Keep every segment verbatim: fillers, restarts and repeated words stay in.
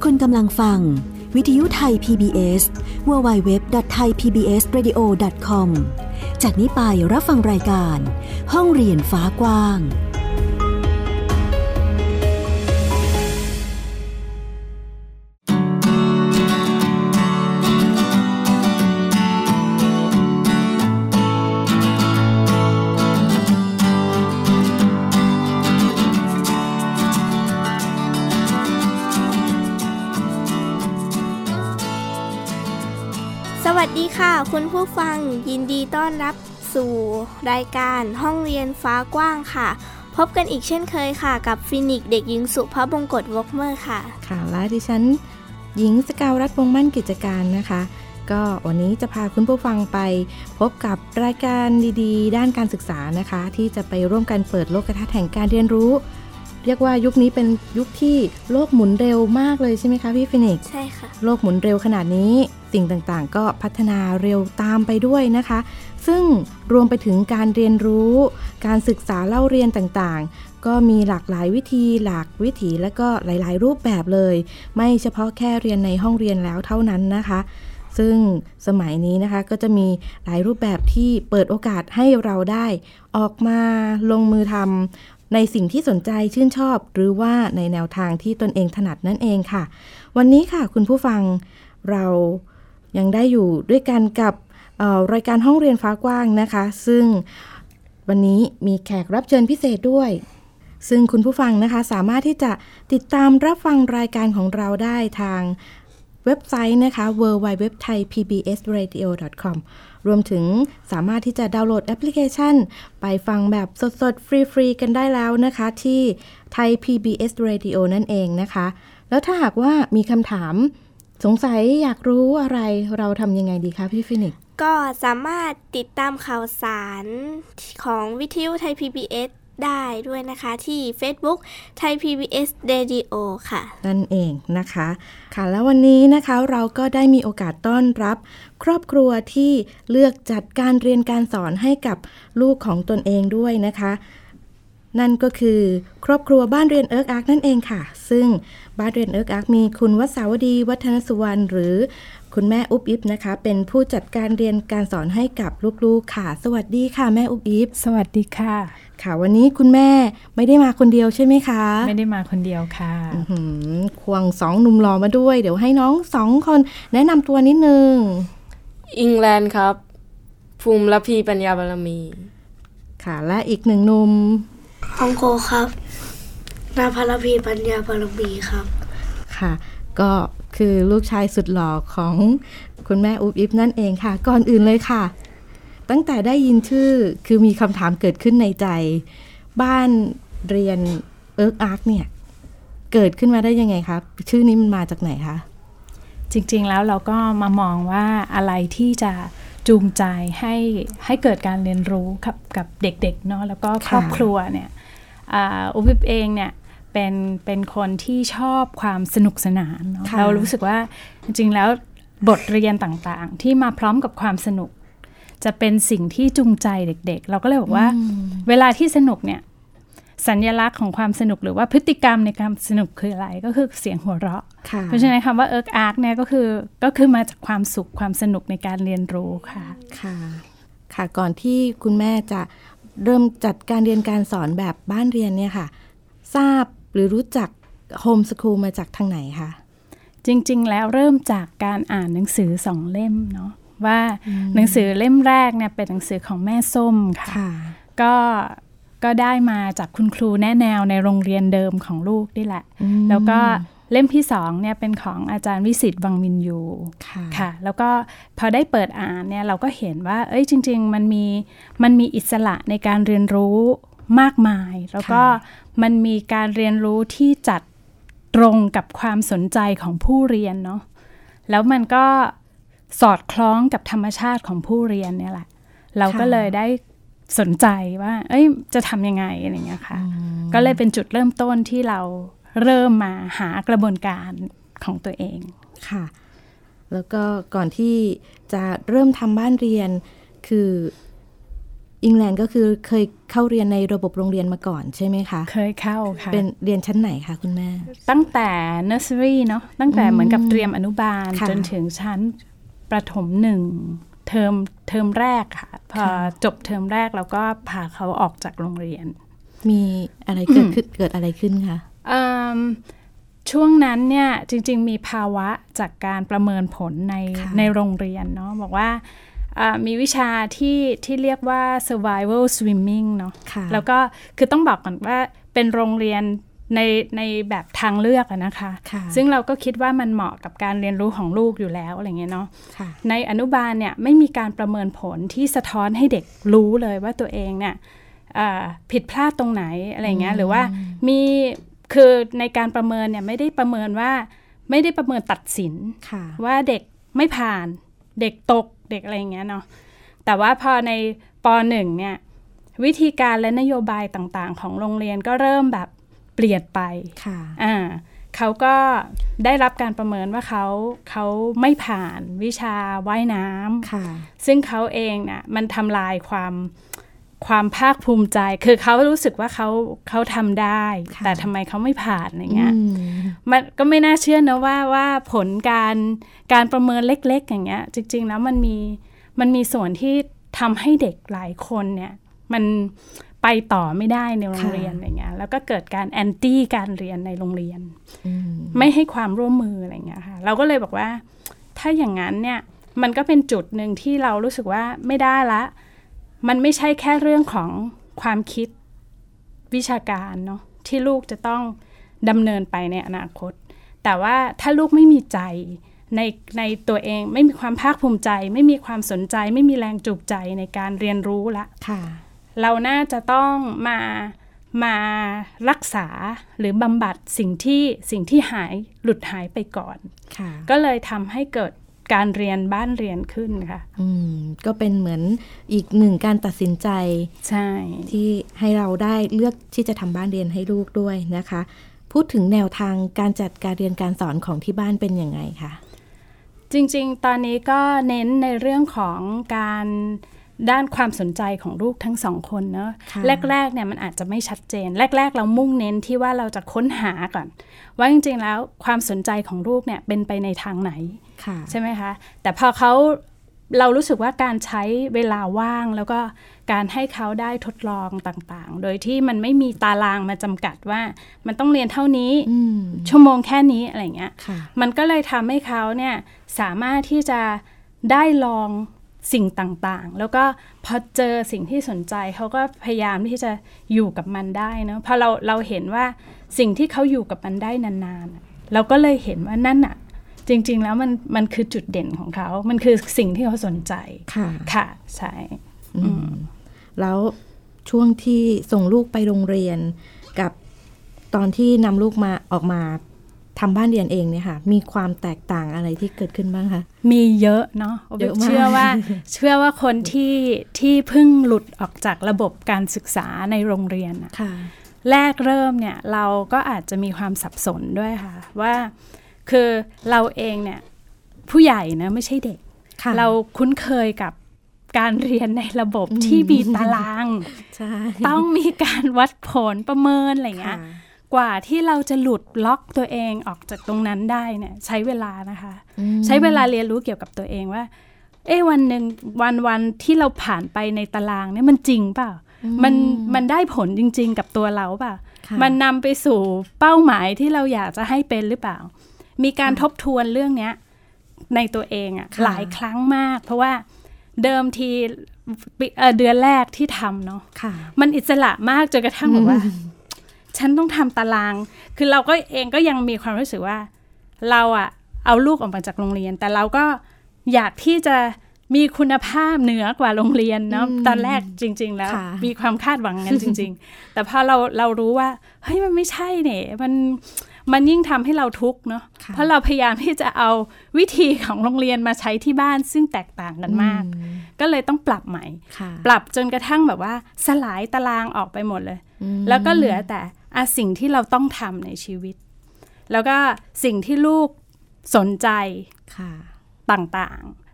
คุณกำลังฟังวิทยุไทย พี บี เอส ดับเบิลยู ดับเบิลยู ดับเบิลยู ดอท ไทย พี บี เอส เรดิโอ ดอท คอม จากนี้ไปรับฟังรายการห้องเรียนฟ้ากว้างสวัสดีค่ะคุณผู้ฟังยินดีต้อนรับสู่รายการห้องเรียนฟ้ากว้างค่ะพบกันอีกเช่นเคยค่ะกับฟินิกเด็กหญิงสุภบงกตวอกเมอร์ค่ะค่ะและดิฉันหญิงสกาวรัตน์วงมั่นกิจการนะคะก็วันนี้จะพาคุณผู้ฟังไปพบกับรายการดีๆด้านการศึกษานะคะที่จะไปร่วมกันเปิดโลกทัศน์แห่งการเรียนรู้เรียกว่ายุคนี้เป็นยุคที่โลกหมุนเร็วมากเลยใช่ไหมคะพี่ฟินิกใช่ค่ะโลกหมุนเร็วขนาดนี้สิ่งต่างๆก็พัฒนาเร็วตามไปด้วยนะคะซึ่งรวมไปถึงการเรียนรู้การศึกษาเล่าเรียนต่างๆก็มีหลากหลายวิธีหลากวิถีและก็หลายๆรูปแบบเลยไม่เฉพาะแค่เรียนในห้องเรียนแล้วเท่านั้นนะคะซึ่งสมัยนี้นะคะก็จะมีหลายรูปแบบที่เปิดโอกาสให้เราได้ออกมาลงมือทำในสิ่งที่สนใจชื่นชอบหรือว่าในแนวทางที่ตนเองถนัดนั่นเองค่ะวันนี้ค่ะคุณผู้ฟังเรายังได้อยู่ด้วยกันกับรายการห้องเรียนฟ้ากว้างนะคะซึ่งวันนี้มีแขกรับเชิญพิเศษด้วยซึ่งคุณผู้ฟังนะคะสามารถที่จะติดตามรับฟังรายการของเราได้ทางเว็บไซต์นะคะ ดับเบิลยู ดับเบิลยู ดับเบิลยู ดอท ไทย พี บี เอส เรดิโอ ดอท คอม รวมถึงสามารถที่จะดาวน์โหลดแอปพลิเคชันไปฟังแบบสดๆฟรีๆกันได้แล้วนะคะที่ Thai พี บี เอส Radio นั่นเองนะคะแล้วถ้าหากว่ามีคำถามสงสัยอยากรู้อะไรเราทำยังไงดีคะพี่ฟินิกก็สามารถติดตามข่าวสารของวิทยุไทย พี บี เอส ได้ด้วยนะคะที่ Facebook Thai พี บี เอส Radio ค่ะนั่นเองนะคะค่ะแล้ววันนี้นะคะเราก็ได้มีโอกาสต้อนรับครอบครัวที่เลือกจัดการเรียนการสอนให้กับลูกของตนเองด้วยนะคะนั่นก็คือครอบครัวบ้านเรียนเอิร์กอาร์กนั่นเองค่ะซึ่งบ้านเรียนเอิร์กอาร์กมีคุณวสาวดีวัฒนสุวรรณหรือคุณแม่อุ๊บอิ๊บนะคะเป็นผู้จัดการเรียนการสอนให้กับลูกๆค่ะสวัสดีค่ะแม่อุ๊บอิ๊บสวัสดีค่ะค่ะวันนี้คุณแม่ไม่ได้มาคนเดียวใช่ไหมคะไม่ได้มาคนเดียวค่ะควงสองหนุ่มหล่อมาด้วยเดี๋ยวให้น้องสองคนแนะนำตัวนิดนึงอิงแลนด์ครับภูมิละพีปัญญาบารมีค่ะและอีกหนึ่งหนุ่มองโกครับนาภรพีปัญญาบารมีครับค่ะก็คือลูกชายสุดหล่อของคุณแม่อุ๊บอิ๊บนั่นเองค่ะก่อนอื่นเลยค่ะตั้งแต่ได้ยินชื่อคือมีคำถามเกิดขึ้นในใจบ้านเรียนเอิร์กอาร์กเนี่ยเกิดขึ้นมาได้ยังไงครับชื่อนี้มันมาจากไหนคะจริงๆแล้วเราก็มามองว่าอะไรที่จะจูงใจให้ให้เกิดการเรียนรู้กับกับเด็กๆเนาะแล้วก็ครอบครัวเนี่ยอุ๊บอิ๊บเองเนี่ยเป็นเป็นคนที่ชอบความสนุกสนานเนาะเรารู้สึกว่าจริงๆแล้วบทเรียนต่างๆที่มาพร้อมกับความสนุกจะเป็นสิ่งที่จูงใจเด็กๆเราก็เลยบอกว่าเวลาที่สนุกเนี่ยสัญลักษณ์ของความสนุกหรือว่าพฤติกรรมในการสนุกคืออะไรก็คือเสียงหัวเราะเพราะฉะนั้นคำว่าเอิร์กอาร์กเนี่ยก็คือก็คือมาจากความสุขความสนุกในการเรียนรู้ค่ะค่ะค่ะก่อนที่คุณแม่จะเริ่มจัดการเรียนการสอนแบบบ้านเรียนเนี่ยค่ะทราบหรือรู้จักโฮมสคูลมาจากทางไหนคะจริงๆแล้วเริ่มจากการอ่านหนังสือสองเล่มเนาะว่าหนังสือเล่มแรกเนี่ยเป็นหนังสือของแม่ส้มค่ะก็ก็ได้มาจากคุณครูแนะแนวในโรงเรียนเดิมของลูกนี่แหละแล้วก็เล่มที่สองเนี่ยเป็นของอาจารย์วิสิตวังมินยูค่ะแล้วก็พอได้เปิดอ่านเนี่ยเราก็เห็นว่าเอ้ยจริงๆมันมีมันมีอิสระในการเรียนรู้มากมายแล้วก็มันมีการเรียนรู้ที่จัดตรงกับความสนใจของผู้เรียนเนาะแล้วมันก็สอดคล้องกับธรรมชาติของผู้เรียนเนี่ยแหละเราก็เลยได้สนใจว่าเอ้ยจะทำยังไงอะไรอย่างเงี้ยค่ะก็เลยเป็นจุดเริ่มต้นที่เราเริ่มมาหากระบวนการของตัวเองค่ะแล้วก็ก่อนที่จะเริ่มทำบ้านเรียนคืออิงแลนด์ก็คือเคยเข้าเรียนในระบบโรงเรียนมาก่อนใช่ไหมคะเคยเข้าค่ะเป็นเรียนชั้นไหนคะคุณแม่ตั้งแต่เนอร์เซอรี่เนาะตั้งแต่เหมือนกับเตรียมอนุบาลจนถึงชั้นประถมหนึ่งเทอมเทอมแรกค่ะพอจบเทอมแรกเราก็พาเขาออกจากโรงเรียนมีอะไรเกิดขึ้นเกิดอะไรขึ้นคะช่วงนั้นเนี่ยจริงๆมีภาวะจากการประเมินผลในในโรงเรียนเนาะบอกว่ามีวิชาที่ที่เรียกว่า survival swimming เนาะแล้วก็คือต้องบอกก่อนว่าเป็นโรงเรียนในในแบบทางเลือกอะนะคะซึ่งเราก็คิดว่ามันเหมาะกับการเรียนรู้ของลูกอยู่แล้วอะไรเงี้ยเนาะในอนุบาลเนี่ยไม่มีการประเมินผลที่สะท้อนให้เด็กรู้เลยว่าตัวเองเนี่ยผิดพลาดตรงไหนอะไรเงี้ยหรือว่ามีคือในการประเมินเนี่ยไม่ได้ประเมินว่าไม่ได้ประเมินตัดสินว่าเด็กไม่ผ่านเด็กตกเด็กอะไรอย่างเงี้ยเนาะแต่ว่าพอในป.หนึ่ง เนี่ยวิธีการและนโยบายต่างๆของโรงเรียนก็เริ่มแบบเปลี่ยนไปค่ะอ่าเขาก็ได้รับการประเมินว่าเขาเขาไม่ผ่านวิชาว่ายน้ำค่ะซึ่งเขาเองเนี่ยมันทำลายความความภาคภูมิใจคือเขารู้สึกว่าเขาเขาทำได้แต่ทำไมเขาไม่ผ่านอย่างเงี้ยมันก็ไม่น่าเชื่อนะว่าว่าผลการการประเมินเล็กๆอย่างเงี้ยจริงๆแล้วมันมีมันมีส่วนที่ทำให้เด็กหลายคนเนี่ยมันไปต่อไม่ได้ในโรงเรียนอะไรเงี้ยแล้วก็เกิดการแอนตี้การเรียนในโรงเรียนไม่ให้ความร่วมมืออะไรเงี้ยค่ะเราก็เลยบอกว่าถ้าอย่างนั้นเนี่ยมันก็เป็นจุดหนึ่งที่เรารู้สึกว่าไม่ได้ละมันไม่ใช่แค่เรื่องของความคิดวิชาการเนาะที่ลูกจะต้องดำเนินไปในอนาคตแต่ว่าถ้าลูกไม่มีใจในในตัวเองไม่มีความภาคภูมิใจไม่มีความสนใจไม่มีแรงจูงใจในการเรียนรู้ละเราน่าจะต้องมามารักษาหรือบำบัดสิ่งที่สิ่งที่หายหลุดหายไปก่อนก็เลยทำให้เกิดการเรียนบ้านเรียนขึ้นค่ะอืมก็เป็นเหมือนอีกหนึ่งการตัดสินใจใช่ที่ให้เราได้เลือกที่จะทำบ้านเรียนให้ลูกด้วยนะคะพูดถึงแนวทางการจัดการเรียนการสอนของที่บ้านเป็นยังไงคะจริงๆตอนนี้ก็เน้นในเรื่องของการด้านความสนใจของลูกทั้งสองคนเนอะแรกๆเนี่ยมันอาจจะไม่ชัดเจนแรกๆเรามุ่งเน้นที่ว่าเราจะค้นหาก่อนว่าจริงๆแล้วความสนใจของลูกเนี่ยเป็นไปในทางไหนใช่ไหมคะแต่พอเขาเรารู้สึกว่าการใช้เวลาว่างแล้วก็การให้เขาได้ทดลองต่างๆโดยที่มันไม่มีตารางมาจำกัดว่ามันต้องเรียนเท่านี้ชั่วโมงแค่นี้อะไรเงี้ยมันก็เลยทำให้เขาเนี่ยสามารถที่จะได้ลองสิ่งต่างๆแล้วก็พอเจอสิ่งที่สนใจเขาก็พยายามที่จะอยู่กับมันได้เนาะพอเราเราเห็นว่าสิ่งที่เขาอยู่กับมันได้นานๆเราก็เลยเห็นว่านั่นอะจริงๆแล้วมันมันคือจุดเด่นของเขามันคือสิ่งที่เขาสนใจค่ะค่ะใช่แล้วช่วงที่ส่งลูกไปโรงเรียนกับตอนที่นำลูกมาออกมาทำบ้านเรียนเองเนี่ยค่ะมีความแตกต่างอะไรที่เกิดขึ้นบ้างคะมีเยอะเนาะเชื่อว่าเชื่อว่าคนที่ที่เพิ่งหลุดออกจากระบบการศึกษาในโรงเรียนค่ะแรกเริ่มเนี่ยเราก็อาจจะมีความสับสนด้วยค่ะว่าคือเราเองเนี่ยผู้ใหญ่นะไม่ใช่เด็กเราคุ้นเคยกับการเรียนในระบบที่มีตารางต้องมีการวัดผลประเมินอะไรเงี้ยกว่าที่เราจะหลุดล็อกตัวเองออกจากตรงนั้นได้เนี่ยใช้เวลานะคะใช้เวลาเรียนรู้เกี่ยวกับตัวเองว่าเอ๊ะวันหนึ่งวันวันที่เราผ่านไปในตารางเนี่ยมันจริงเปล่ามันมันได้ผลจริงๆกับตัวเราเปล่ามันนำไปสู่เป้าหมายที่เราอยากจะให้เป็นหรือเปล่ามีการทบทวนเรื่องนี้ในตัวเองอ่ะหลายครั้งมากเพราะว่าเดิมทีเดือนแรกที่ทำเนาะมันอิสระมากจนกระทั่งแบบว่าฉันต้องทำตารางคือเราก็เองก็ยังมีความรู้สึกว่าเราอะเอาลูกออกมาจากโรงเรียนแต่เราก็อยากที่จะมีคุณภาพเหนือกว่าโรงเรียนเนาะตอนแรกจริงๆแล้วมีความคาดหวังงั้นจริงๆแต่พอเราเรารู้ว่าเฮ้ยมันไม่ใช่เนี่ยมันมันยิ่งทำให้เราทุกข์เนาะเพราะเราพยายามที่จะเอาวิธีของโรงเรียนมาใช้ที่บ้านซึ่งแตกต่างกันมากก็เลยต้องปรับใหม่ปรับจนกระทั่งแบบว่าสลายตารางออกไปหมดเลยแล้วก็เหลือแต่อะสิ่งที่เราต้องทำในชีวิตแล้วก็สิ่งที่ลูกสนใจต่างๆ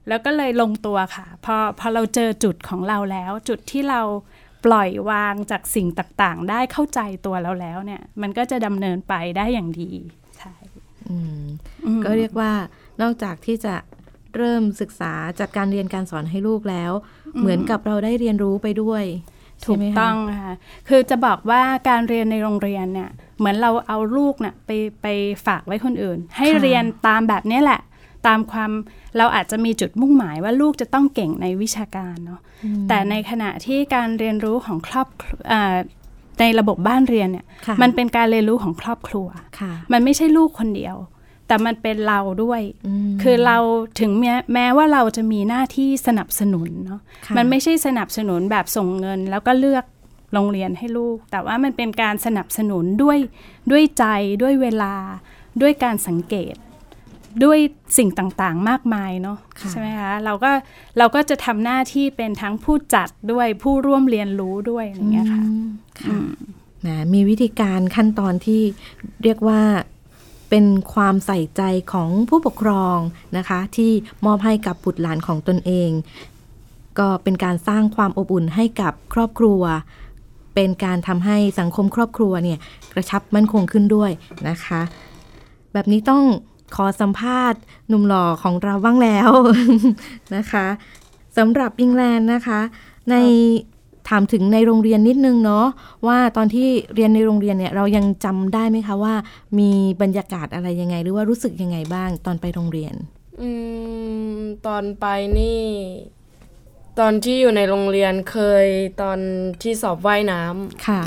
แล้วก็เลยลงตัวค่ะพอพอเราเจอจุดของเราแล้วจุดที่เราปล่อยวางจากสิ่งต่างๆได้เข้าใจตัวเราแล้วเนี่ยมันก็จะดำเนินไปได้อย่างดีใช่ก็เรียกว่านอกจากที่จะเริ่มศึกษาจากการเรียนการสอนให้ลูกแล้วเหมือนกับเราได้เรียนรู้ไปด้วยถูกต้องค่ะคือจะบอกว่าการเรียนในโรงเรียนเนี่ยเหมือนเราเอาลูกเนี่ยไปไปฝากไว้คนอื่นให้เรียนตามแบบนี้แหละตามความเราอาจจะมีจุดมุ่งหมายว่าลูกจะต้องเก่งในวิชาการเนาะแต่ในขณะที่การเรียนรู้ของครอบในระบบบ้านเรียนเนี่ยมันเป็นการเรียนรู้ของครอบครัวมันไม่ใช่ลูกคนเดียวแต่มันเป็นเราด้วยคือเราถึงแม้แม้ว่าเราจะมีหน้าที่สนับสนุนเนาะมันไม่ใช่สนับสนุนแบบส่งเงินแล้วก็เลือกโรงเรียนให้ลูกแต่ว่ามันเป็นการสนับสนุนด้วยด้วยใจด้วยเวลาด้วยการสังเกตด้วยสิ่งต่างๆมากมายเนาะใช่ไหมคะเราก็เราก็จะทำหน้าที่เป็นทั้งผู้จัดด้วยผู้ร่วมเรียนรู้ด้วยอย่างเงี้ยค่ะนะมีวิธีการขั้นตอนที่เรียกว่าเป็นความใส่ใจของผู้ปกครองนะคะที่มอบให้กับบุตรหลานของตนเองก็เป็นการสร้างความอบอุ่นให้กับครอบครัวเป็นการทำให้สังคมครอบครัวเนี่ยกระชับมั่นคงขึ้นด้วยนะคะแบบนี้ต้องขอสัมภาษณ์หนุ่มหล่อของเราบ้างแล้วนะคะสำหรับอิงแลนด์นะคะในถามถึงในโรงเรียนนิดนึงเนาะว่าตอนที่เรียนในโรงเรียนเนี่ยเรายังจำได้ไหมคะว่ามีบรรยากาศอะไรยังไงหรือว่ารู้สึกยังไงบ้างตอนไปโรงเรียนอืมตอนไปนี่ตอนที่อยู่ในโรงเรียนเคยตอนที่สอบว่ายน้ำค่ะ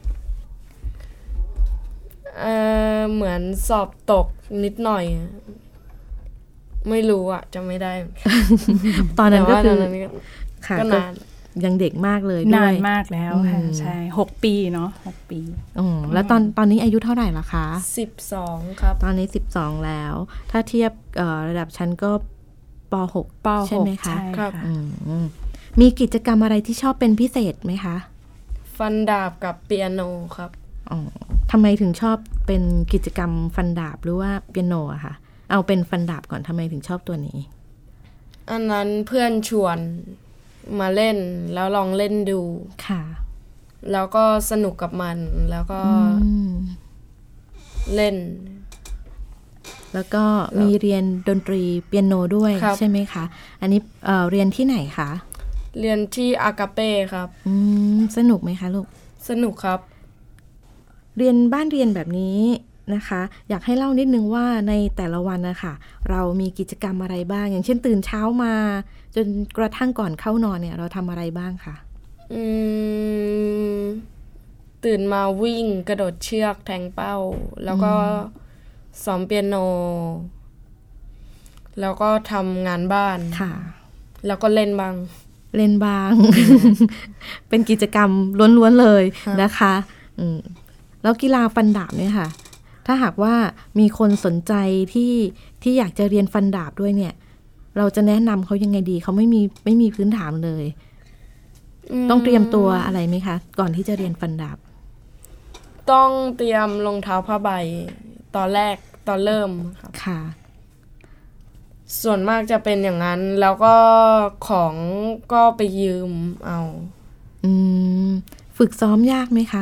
เอ่อเหมือนสอบตกนิดหน่อยไม่รู้อะจำไม่ได้ตอนนั้นก็คือค่ะก็นานยังเด็กมากเลยนานมากแล้วค่ะใช่หกปีเนาะหกปีอ๋อแล้วตอนตอนนี้อายุเท่าไหร่ล่ะคะสิบสองครับตอนนี้สิบสองแล้วถ้าเทียบระดับชั้นก็ป.หกป.หกใช่ไหมคะใช่ค่ะมีกิจกรรมอะไรที่ชอบเป็นพิเศษไหมคะฟันดาบกับเปียโนครับอ๋อทำไมถึงชอบเป็นกิจกรรมฟันดาบหรือว่าเปียโนอะคะเอาเป็นฟันดาบก่อนทำไมถึงชอบตัวนี้อันนั้นเพื่อนชวนมาเล่นแล้วลองเล่นดูค่ะแล้วก็สนุกกับมันแล้วก็เล่นแล้วก็มีเรียนดนตรีเปียโนด้วยใช่ไหมคะอันนี้ เอ่อ เรียนที่ไหนคะเรียนที่อากาเป้ครับอืมสนุกไหมคะลูกสนุกครับเรียนบ้านเรียนแบบนี้นะคะอยากให้เล่านิดนึงว่าในแต่ละวันนะคะเรามีกิจกรรมอะไรบ้างอย่างเช่นตื่นเช้ามาจนกระทั่งก่อนเข้านอนเนี่ยเราทำอะไรบ้างคะอืมตื่นมาวิ่งกระโดดเชือกแทงเป้าแล้วก็ซ้อมเปียโนแล้วก็ทำงานบ้านค่ะแล้วก็เล่นบ้างเล่นบ้าง เป็นกิจกรรมล้วนๆเลยนะคะอืมแล้วกีฬาฟันดาบเนี่ยค่ะถ้าหากว่ามีคนสนใจที่ที่อยากจะเรียนฟันดาบด้วยเนี่ยเราจะแนะนำเขายังไงดีเขาไม่มีไม่มีพื้นฐานเลยต้องเตรียมตัวอะไรไหมคะก่อนที่จะเรียนฟันดาบต้องเตรียมรองเท้าผ้าใบตอนแรกตอนเริ่มครับค่ะส่วนมากจะเป็นอย่างนั้นแล้วก็ของก็ไปยืมเอาอืมฝึกซ้อมยากไหมคะ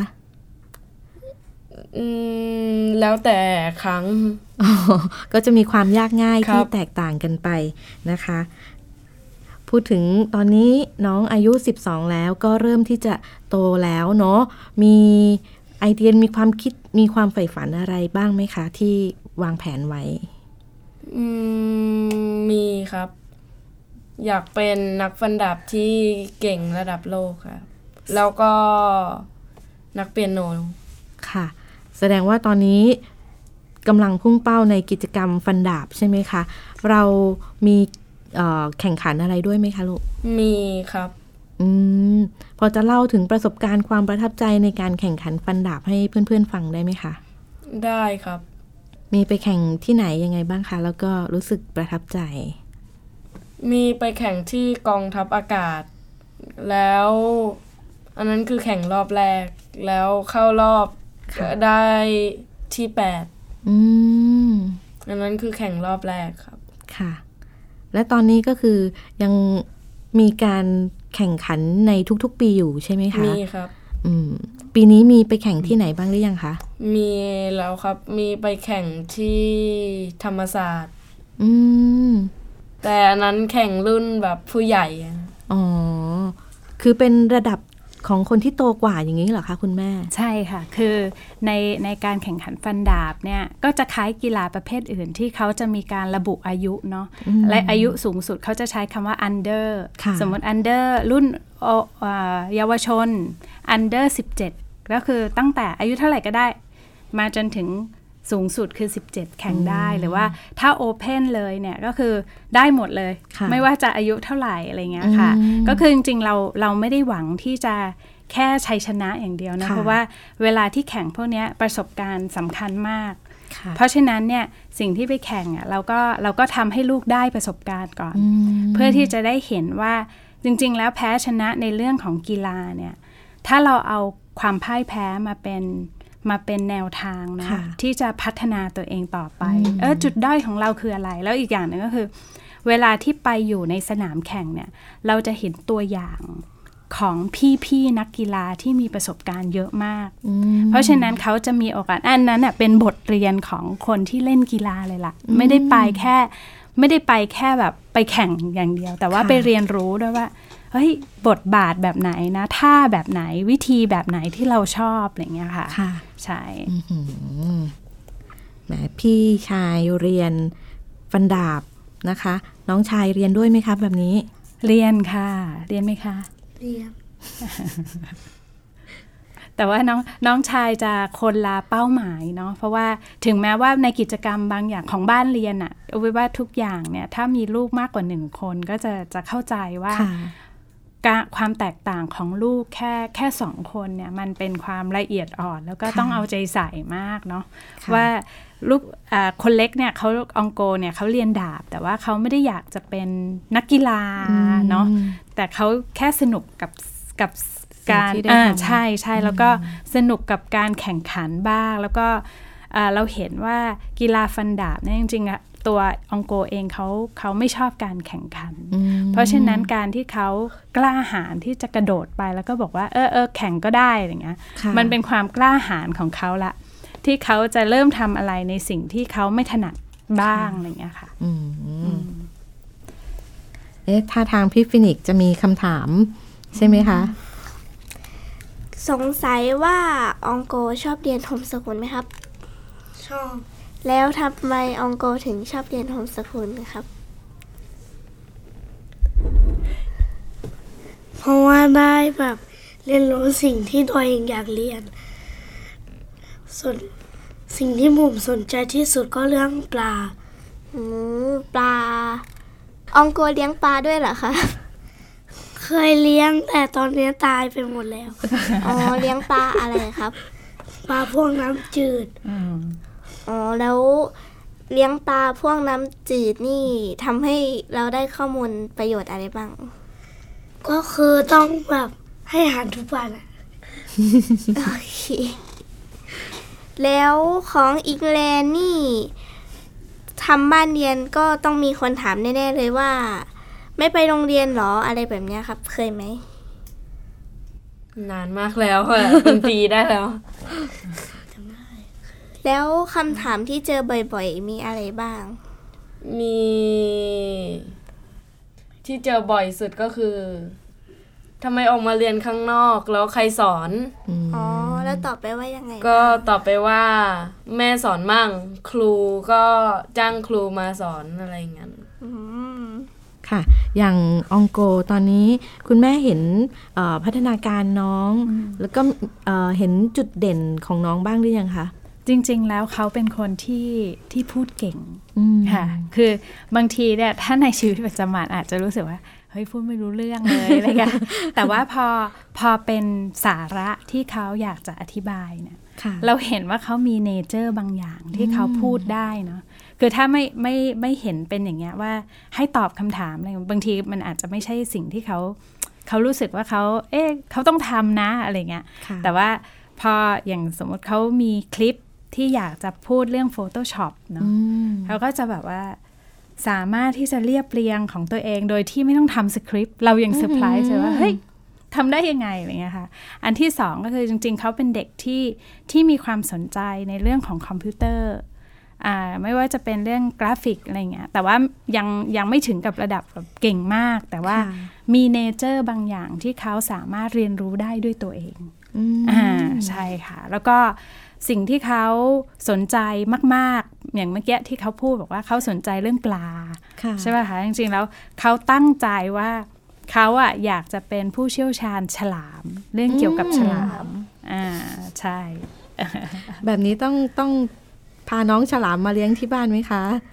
อืมแล้วแต่ครั้งก็จะมีความยากง่ายที่แตกต่างกันไปนะคะพูดถึงตอนนี้น้องอายุสิบสองแล้วก็เริ่มที่จะโตแล้วเนาะมีไอเดียมีความคิดมีความใฝ่ฝันอะไรบ้างไหมคะที่วางแผนไว้อืมมีครับอยากเป็นนักฟันดาบที่เก่งระดับโลกครับแล้วก็นักเปียโนค่ะแสดงว่าตอนนี้กำลังพุ่งเป้าในกิจกรรมฟันดาบใช่ไหมคะเรามีแข่งขันอะไรด้วยไหมคะลูกมีครับอืมพอจะเล่าถึงประสบการณ์ความประทับใจในการแข่งขันฟันดาบให้เพื่อนๆฟังได้ไหมคะได้ครับมีไปแข่งที่ไหนยังไงบ้างคะแล้วก็รู้สึกประทับใจมีไปแข่งที่กองทัพอากาศแล้วอันนั้นคือแข่งรอบแรกแล้วเข้ารอบได้ที่แปดอืมอันนั้นคือแข่งรอบแรกครับค่ะและตอนนี้ก็คือยังมีการแข่งขันในทุกๆปีอยู่ใช่ไหมคะมีครับอืมปีนี้มีไปแข่งที่ไหนบ้างหรือยังคะมีแล้วครับมีไปแข่งที่ธรรมศาสตร์อืมแต่อันนั้นแข่งรุ่นแบบผู้ใหญ่อ๋อคือเป็นระดับของคนที่โตกว่าอย่างนี้เหรอคะคุณแม่ใช่ค่ะคือในในการแข่งขันฟันดาบเนี่ยก็จะคล้ายกีฬาประเภทอื่นที่เขาจะมีการระบุอายุเนาะและอายุสูงสุดเขาจะใช้คำว่า under สมมติ under รุ่นเยาวชน under สิบเจ็ดก็คือตั้งแต่อายุเท่าไหร่ก็ได้มาจนถึงสูงสุดคือสิบเจ็ดแข่งได้หรือว่าถ้าโอเพนเลยเนี่ยก็คือได้หมดเลยไม่ว่าจะอายุเท่าไหร่อะไรเงี้ยค่ะก็คือจริงๆเราเราไม่ได้หวังที่จะแค่ชัยชนะอย่างเดียวนะเพราะว่าเวลาที่แข่งพวกนี้ประสบการณ์สำคัญมากเพราะฉะนั้นเนี่ยสิ่งที่ไปแข่งอ่ะเราก็เราก็ทำให้ลูกได้ประสบการณ์ก่อนเพื่อที่จะได้เห็นว่าจริงๆแล้วแพ้ชนะในเรื่องของกีฬาเนี่ยถ้าเราเอาความพ่ายแพ้มาเป็นมาเป็นแนวทางนะที่จะพัฒนาตัวเองต่อไปเออจุดด้อยของเราคืออะไรแล้วอีกอย่างหนึ่งก็คือเวลาที่ไปอยู่ในสนามแข่งเนี่ยเราจะเห็นตัวอย่างของพี่ๆนักกีฬาที่มีประสบการณ์เยอะมากเพราะฉะนั้นเขาจะมีโอกาสอันนั้นเป็นบทเรียนของคนที่เล่นกีฬาเลยล่ะไม่ได้ไปแค่ไม่ได้ไปแค่แบบไปแข่งอย่างเดียวแต่ว่าไปเรียนรู้ด้วยว่าเฮ้ยบทบาทแบบไหนนะท่าแบบไหนวิธีแบบไหนที่เราชอบอะไรเงี้ยค่ะใช่แหมพี่ชายเรียนฟันดาบนะคะน้องชายเรียนด้วยไหมคะแบบนี้เรียนค่ะเรียนไหมคะเรียนแต่ว่าน้องน้องชายจะคนละเป้าหมายเนาะเพราะว่าถึงแม้ว่าในกิจกรรมบางอย่างของบ้านเรียนอะเอาไว้ว่าทุกอย่างเนี่ยถ้ามีลูกมากกว่าหนึ่งคนก็จะจะเข้าใจว่าความแตกต่างของลูกแค่แค่สองคนเนี่ยมันเป็นความละเอียดอ่อนแล้วก็ต้องเอาใจใส่มากเนาะว่าลูกคนเล็กเนี่ยเขาองโกเนี่ยเขาเรียนดาบแต่ว่าเขาไม่ได้อยากจะเป็นนักกีฬาเนาะแต่เขาแค่สนุกกับกับการอ่าใช่ใช่แล้วก็สนุกกับการแข่งขันบ้างแล้วก็เราเห็นว่ากีฬาฟันดาบเนี่ยจริงๆอะตัวองโกเองเขาเขาไม่ชอบการแข่งขันเพราะฉะนั้นการที่เขากล้าหาญที่จะกระโดดไปแล้วก็บอกว่าเออเออแข่งก็ได้อะไรเงี้ยมันเป็นความกล้าหาญของเขาละที่เขาจะเริ่มทำอะไรในสิ่งที่เขาไม่ถนัดบ้างอะไรเงี้ยค่ะเอ๊ะถ้าทางพี่ฟินิกจะมีคำถามใช่ไหมคะสงสัยว่าองโกชอบเรียนโฮมสคูลไหมครับชอบแล้วทำไมองโกถึงชอบเรียนโฮมสคูลนะครับเพราะว่าได้แบบเรียนรู้สิ่งที่ตัวเองอยากเรียนส่วนสิ่งที่ผมสนใจที่สุดก็เรื่องปลาอืมปลาองโกเลี้ยงปลาด้วยเหรอคะเคยเลี้ยงแต่ตอนนี้ตายไปหมดแล้วอ๋อเลี้ยงปลาอะไรครับปลาพวกน้ำจืดอ๋อแล้วเลี้ยงปลาพวกน้ำจืดนี่ทำให้เราได้ข้อมูลประโยชน์อะไรบ้างก็คือต้องแบบให้อาหารทุกวันอะโอเคแล้วของอิงแลนด์นี่ทำบ้านเรียนก็ต้องมีคนถามแน่ๆเลยว่าไม่ไปโรงเรียนหรออะไรแบบนี้ครับเคยไหมนานมากแล้วค่ะเป็นปีได้แล้วแล้วคำถามที่เจอบ่อยๆมีอะไรบ้างมีที่เจอบ่อยสุดก็คือทำไมออกมาเรียนข้างนอกแล้วใครสอนอ๋อแล้วตอบไปว่ายังไงก็ตอบไปว่าแม่สอนมั่งครูก็จ้างครูมาสอนอะไรอย่างเงี้ยค่ะอย่างองโกตอนนี้คุณแม่เห็นพัฒนาการน้องแล้วก็เห็นจุดเด่นของน้องบ้างหรือยังคะจริงๆแล้วเขาเป็นคนที่ที่พูดเก่งค่ะคือบางทีเนี่ยถ้าในชีวิตประจำวันอาจจะรู้สึกว่าเฮ้ยพูดไม่รู้เรื่องเลยอะไรเงี้ยแต่ว่าพอพอเป็นสาระที่เขาอยากจะอธิบายเนี่ยเราเห็นว่าเขามีเนเจอร์บางอย่างที่เขาพูดได้เนาะคือถ้าไม่ไม่ไม่เห็นเป็นอย่างเงี้ยว่าให้ตอบคำถามอะไรบางทีมันอาจจะไม่ใช่สิ่งที่เขาเขารู้สึกว่าเขาเอ๊ะเขาต้องทำนะอะไรเงี้ยแต่ว่าพออย่างสมมติเขามีคลิปที่อยากจะพูดเรื่อง Photoshop เนาะเขาก็จะแบบว่าสามารถที่จะเรียบเรียงของตัวเองโดยที่ไม่ต้องทำสคริปต์เรายังเซอร์ไพรส์เลยว่าเฮ้ยทำได้ยังไงอะไรเงี้ยค่ะอันที่สองก็คือจริงๆเขาเป็นเด็กที่ที่มีความสนใจในเรื่องของคอมพิวเตอร์อ่าไม่ว่าจะเป็นเรื่องกราฟิกอะไรเงี้ยแต่ว่ายังยังไม่ถึงกับระดับแบบเก่งมากแต่ว่ามีเนเจอร์บางอย่างที่เขาสามารถเรียนรู้ได้ด้วยตัวเองอ่าใช่ค่ะแล้วก็สิ่งที่เขาสนใจมากๆอย่างเมื่อกี้ที่เขาพูดบอกว่าเขาสนใจเรื่องปลาใช่ป่ะคะจริงๆแล้วเขาตั้งใจว่าเขาอะอยากจะเป็นผู้เชี่ยวชาญฉลามเรื่องเกี่ยวกับฉลามอ่าใช่แบบนี้ต้องต้องพาน้องฉลามมาเลี้ยงที่บ้านไหมคะ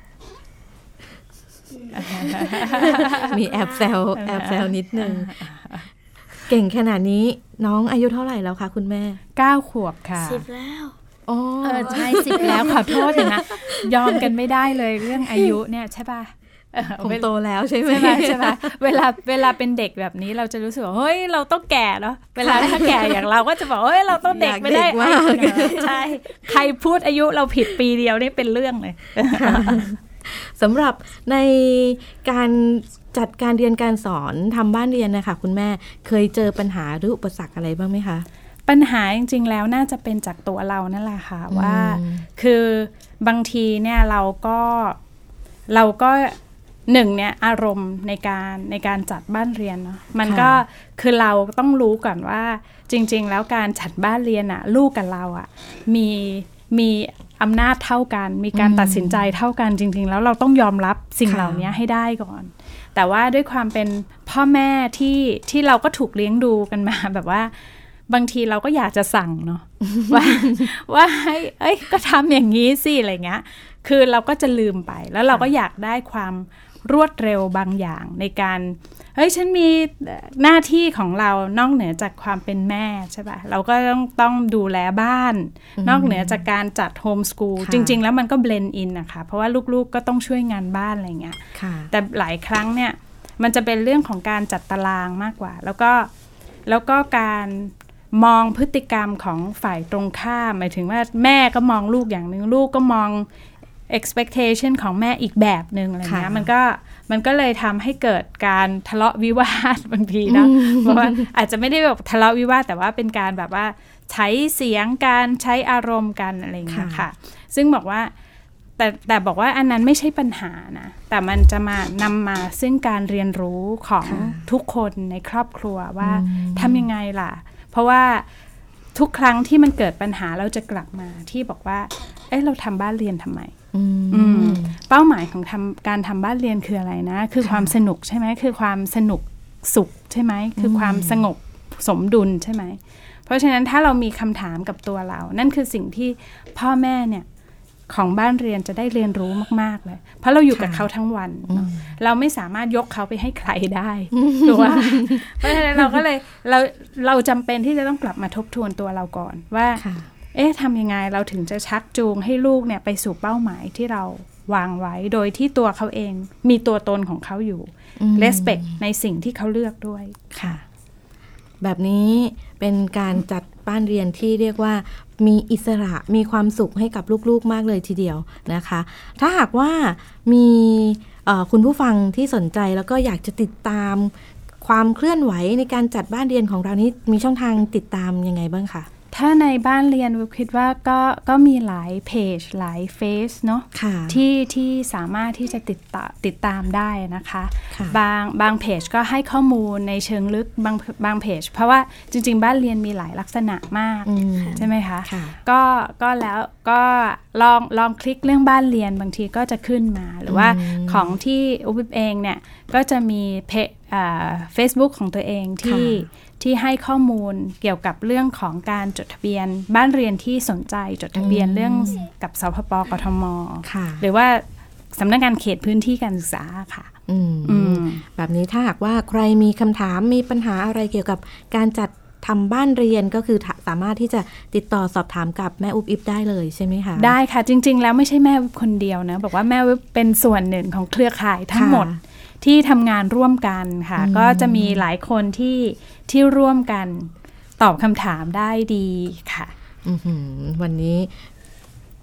มีแอบแซวแอบแซวนิดนึงเก่งขนาดนี้น้องอายุเท่าไหร่แล้วคะคุณแม่เก้าขวบค่ะสิบแล้วอ๋อเออใช่สิบแล้วขอโทษนะยอมกันไม่ได้เลยเรื่องอายุเนี่ยใช่ป่ะผมโตแล้วใช่ไหมใช่ไหมเวลาเวลาเป็นเด็กแบบนี้เราจะรู้สึกว่าเฮ้ยเราต้องแก่เนาะเวลาถ้าแก่อย่างเราก็จะบอกเฮ้ยเราต้องเด็กไม่ได้ใช่ใครพูดอายุเราผิดปีเดียวนี่เป็นเรื่องเลยสำหรับในการจัดการเรียนการสอนทำบ้านเรียนนะคะคุณแม่เคยเจอปัญหาหรืออุปสรรคอะไรบ้างไหมคะปัญหาจริงๆแล้วน่าจะเป็นจากตัวเรานั่นแหละค่ะว่าคือบางทีเนี่ยเราก็เราก็หนึ่งเนี่ยอารมณ์ในการในการจัดบ้านเรียนเนาะมันก็คือเราต้องรู้ก่อนว่าจริงๆแล้วการจัดบ้านเรียนอะลูกกับเราอะมีมีอำนาจเท่ากันมีการตัดสินใจเท่ากันจริงๆแล้วเราต้องยอมรับสิ่งเหล่านี้ให้ได้ก่อนแต่ว่าด้วยความเป็นพ่อแม่ที่ที่เราก็ถูกเลี้ยงดูกันมาแบบว่าบางทีเราก็อยากจะสั่งเนาะ ว่าว่าให้เอ้ยก็ทำอย่างนี้สิอะไรเงี้ยคือเราก็จะลืมไปแล้วเราก็อยากได้ความรวดเร็วบางอย่างในการเฮ้ยฉันมีหน้าที่ของเรานอกเหนือจากความเป็นแม่ใช่ป่ะเราก็ต้องต้องดูแลบ้านนอกเหนือจากการจัดโฮมสกูลจริงๆแล้วมันก็เบลนด์อินนะคะเพราะว่าลูกๆก็ต้องช่วยงานบ้านอะไรเงี้ยแต่หลายครั้งเนี่ยมันจะเป็นเรื่องของการจัดตารางมากกว่าแล้วก็แล้วก็การมองพฤติกรรมของฝ่ายตรงข้ามหมายถึงว่าแม่ก็มองลูกอย่างนึงลูกก็มอง expectation ของแม่อีกแบบนึงอะไรเงี้ยมันก็มันก็เลยทำให้เกิดการทะเลาะวิวาทบางทีนะเพราะว่าอาจจะไม่ได้แบบทะเลาะวิวาทแต่ว่าเป็นการแบบว่าใช้เสียงการใช้อารมณ์กันอะไรเงี้ยค่ะซึ่งบอกว่าแต่แต่บอกว่าอันนั้นไม่ใช่ปัญหานะแต่มันจะมานำมาซึ่งการเรียนรู้ของทุกคนในครอบครัวว่าทำยังไงล่ะเพราะว่าทุกครั้งที่มันเกิดปัญหาเราจะกลับมาที่บอกว่าเอ๊ะเราทำบ้านเรียนทำไมเป้าหมายของทำการทำบ้านเรียนคืออะไรนะคือความสนุกใช่ไหมคือความสนุกสุขใช่ไหมคือความสงบสมดุลใช่ไหมเพราะฉะนั้นถ้าเรามีคำถามกับตัวเรานั่นคือสิ่งที่พ่อแม่เนี่ยของบ้านเรียนจะได้เรียนรู้มากๆเลยเพราะเราอยู่กับเขาทั้งวันเนาะเราไม่สามารถยกเขาไปให้ใครได้ถูกไหมเพราะฉะนั้นเราก็เลยเราเราจำเป็นที่จะต้องกลับมาทบทวนตัวเราก่อนว่าเอ๊ะทำยังไงเราถึงจะชักจูงให้ลูกเนี่ยไปสู่เป้าหมายที่เราวางไว้โดยที่ตัวเขาเองมีตัวตนของเขาอยู่ respect ในสิ่งที่เขาเลือกด้วยค่ะแบบนี้เป็นการจัดบ้านเรียนที่เรียกว่ามีอิสระมีความสุขให้กับลูกๆมากเลยทีเดียวนะคะถ้าหากว่ามีคุณผู้ฟังที่สนใจแล้วก็อยากจะติดตามความเคลื่อนไหวในการจัดบ้านเรียนของเรานี้มีช่องทางติดตามยังไงบ้างคะถ้าในบ้านเรียนวิวคิดว่าก็ก็มีหลายเพจหลายเฟซเนาะที่ที่สามารถที่จะติดตาติดตามได้นะคะบางบางเพจก็ให้ข้อมูลในเชิงลึกบางบางเพจเพราะว่าจริงๆบ้านเรียนมีหลายลักษณะมากใช่ไหมคะก็ก็แล้วก็ลองลองคลิกเรื่องบ้านเรียนบางทีก็จะขึ้นมาหรือว่าของที่อุ๊บเองเนี่ยก็จะมีเพจเฟซบุ๊กของตัวเองที่ที่ให้ข้อมูลเกี่ยวกับเรื่องของการจดทะเบียนบ้านเรียนที่สนใจจดทะเบียนเรื่องกับสพป.กทม.หรือว่าสำนักงานเขตพื้นที่การศึกษาค่ะแบบนี้ถ้าหากว่าใครมีคำถามมีปัญหาอะไรเกี่ยวกับการจัดทำบ้านเรียนก็คือสามารถที่จะติดต่อสอบถามกับแม่อุ๊บอิ๊บได้เลยใช่ไหมคะได้ค่ะจริงๆแล้วไม่ใช่แม่อุ๊บคนเดียวนะบอกว่าแม่อุ๊บเป็นส่วนหนึ่งของเครือข่ายทั้งหมดที่ทำงานร่วมกันค่ะก็จะมีหลายคนที่ที่ร่วมกันตอบคำถามได้ดีค่ะวันนี้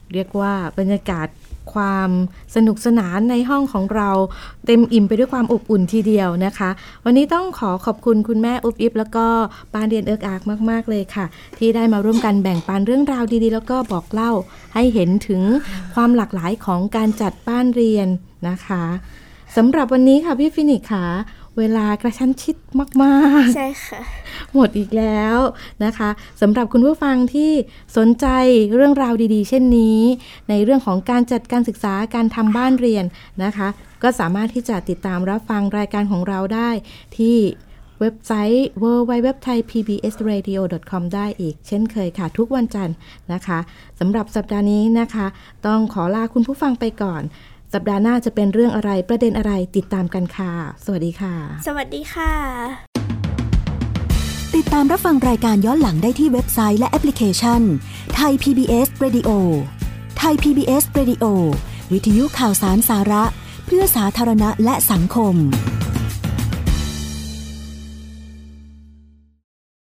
เรียกว่าบรรยากาศความสนุกสนานในห้องของเราเต็มอิ่มไปด้วยความอบอุ่นทีเดียวนะคะวันนี้ต้องขอขอบคุณคุณแม่อุ๊บอิ๊บแล้วก็บ้านเรียนเอิร์กอาร์กมากๆเลยค่ะที่ได้มาร่วมกันแบ่งปันเรื่องราวดีๆแล้วก็บอกเล่าให้เห็นถึงความหลากหลายของการจัดบ้านเรียนนะคะสำหรับวันนี้ค่ะพี่ฟินิกค่ะเวลากระชั้นชิดมากๆใช่ค่ะหมดอีกแล้วนะคะสำหรับคุณผู้ฟังที่สนใจเรื่องราวดีๆเช่นนี้ในเรื่องของการจัดการศึกษาการทำบ้านเรียนนะคะก็สามารถที่จะติดตามรับฟังรายการของเราได้ที่เว็บไซต์ ดับเบิลยู ดับเบิลยู ดับเบิลยู ดอท ไทย พี บี เอส เรดิโอ ดอท คอม ได้อีกเช่นเคยค่ะทุกวันจันทร์นะคะสำหรับสัปดาห์นี้นะคะต้องขอลาคุณผู้ฟังไปก่อนสัปดาห์หน้าจะเป็นเรื่องอะไรประเด็นอะไรติดตามกันค่ะสวัสดีค่ะสวัสดีค่ะติดตามรับฟังรายการย้อนหลังได้ที่เว็บไซต์และแอปพลิเคชัน Thai พี บี เอส Radio Thai พี บี เอส Radio วิทยุข่าวสารสาระเพื่อสาธารณะและสังคม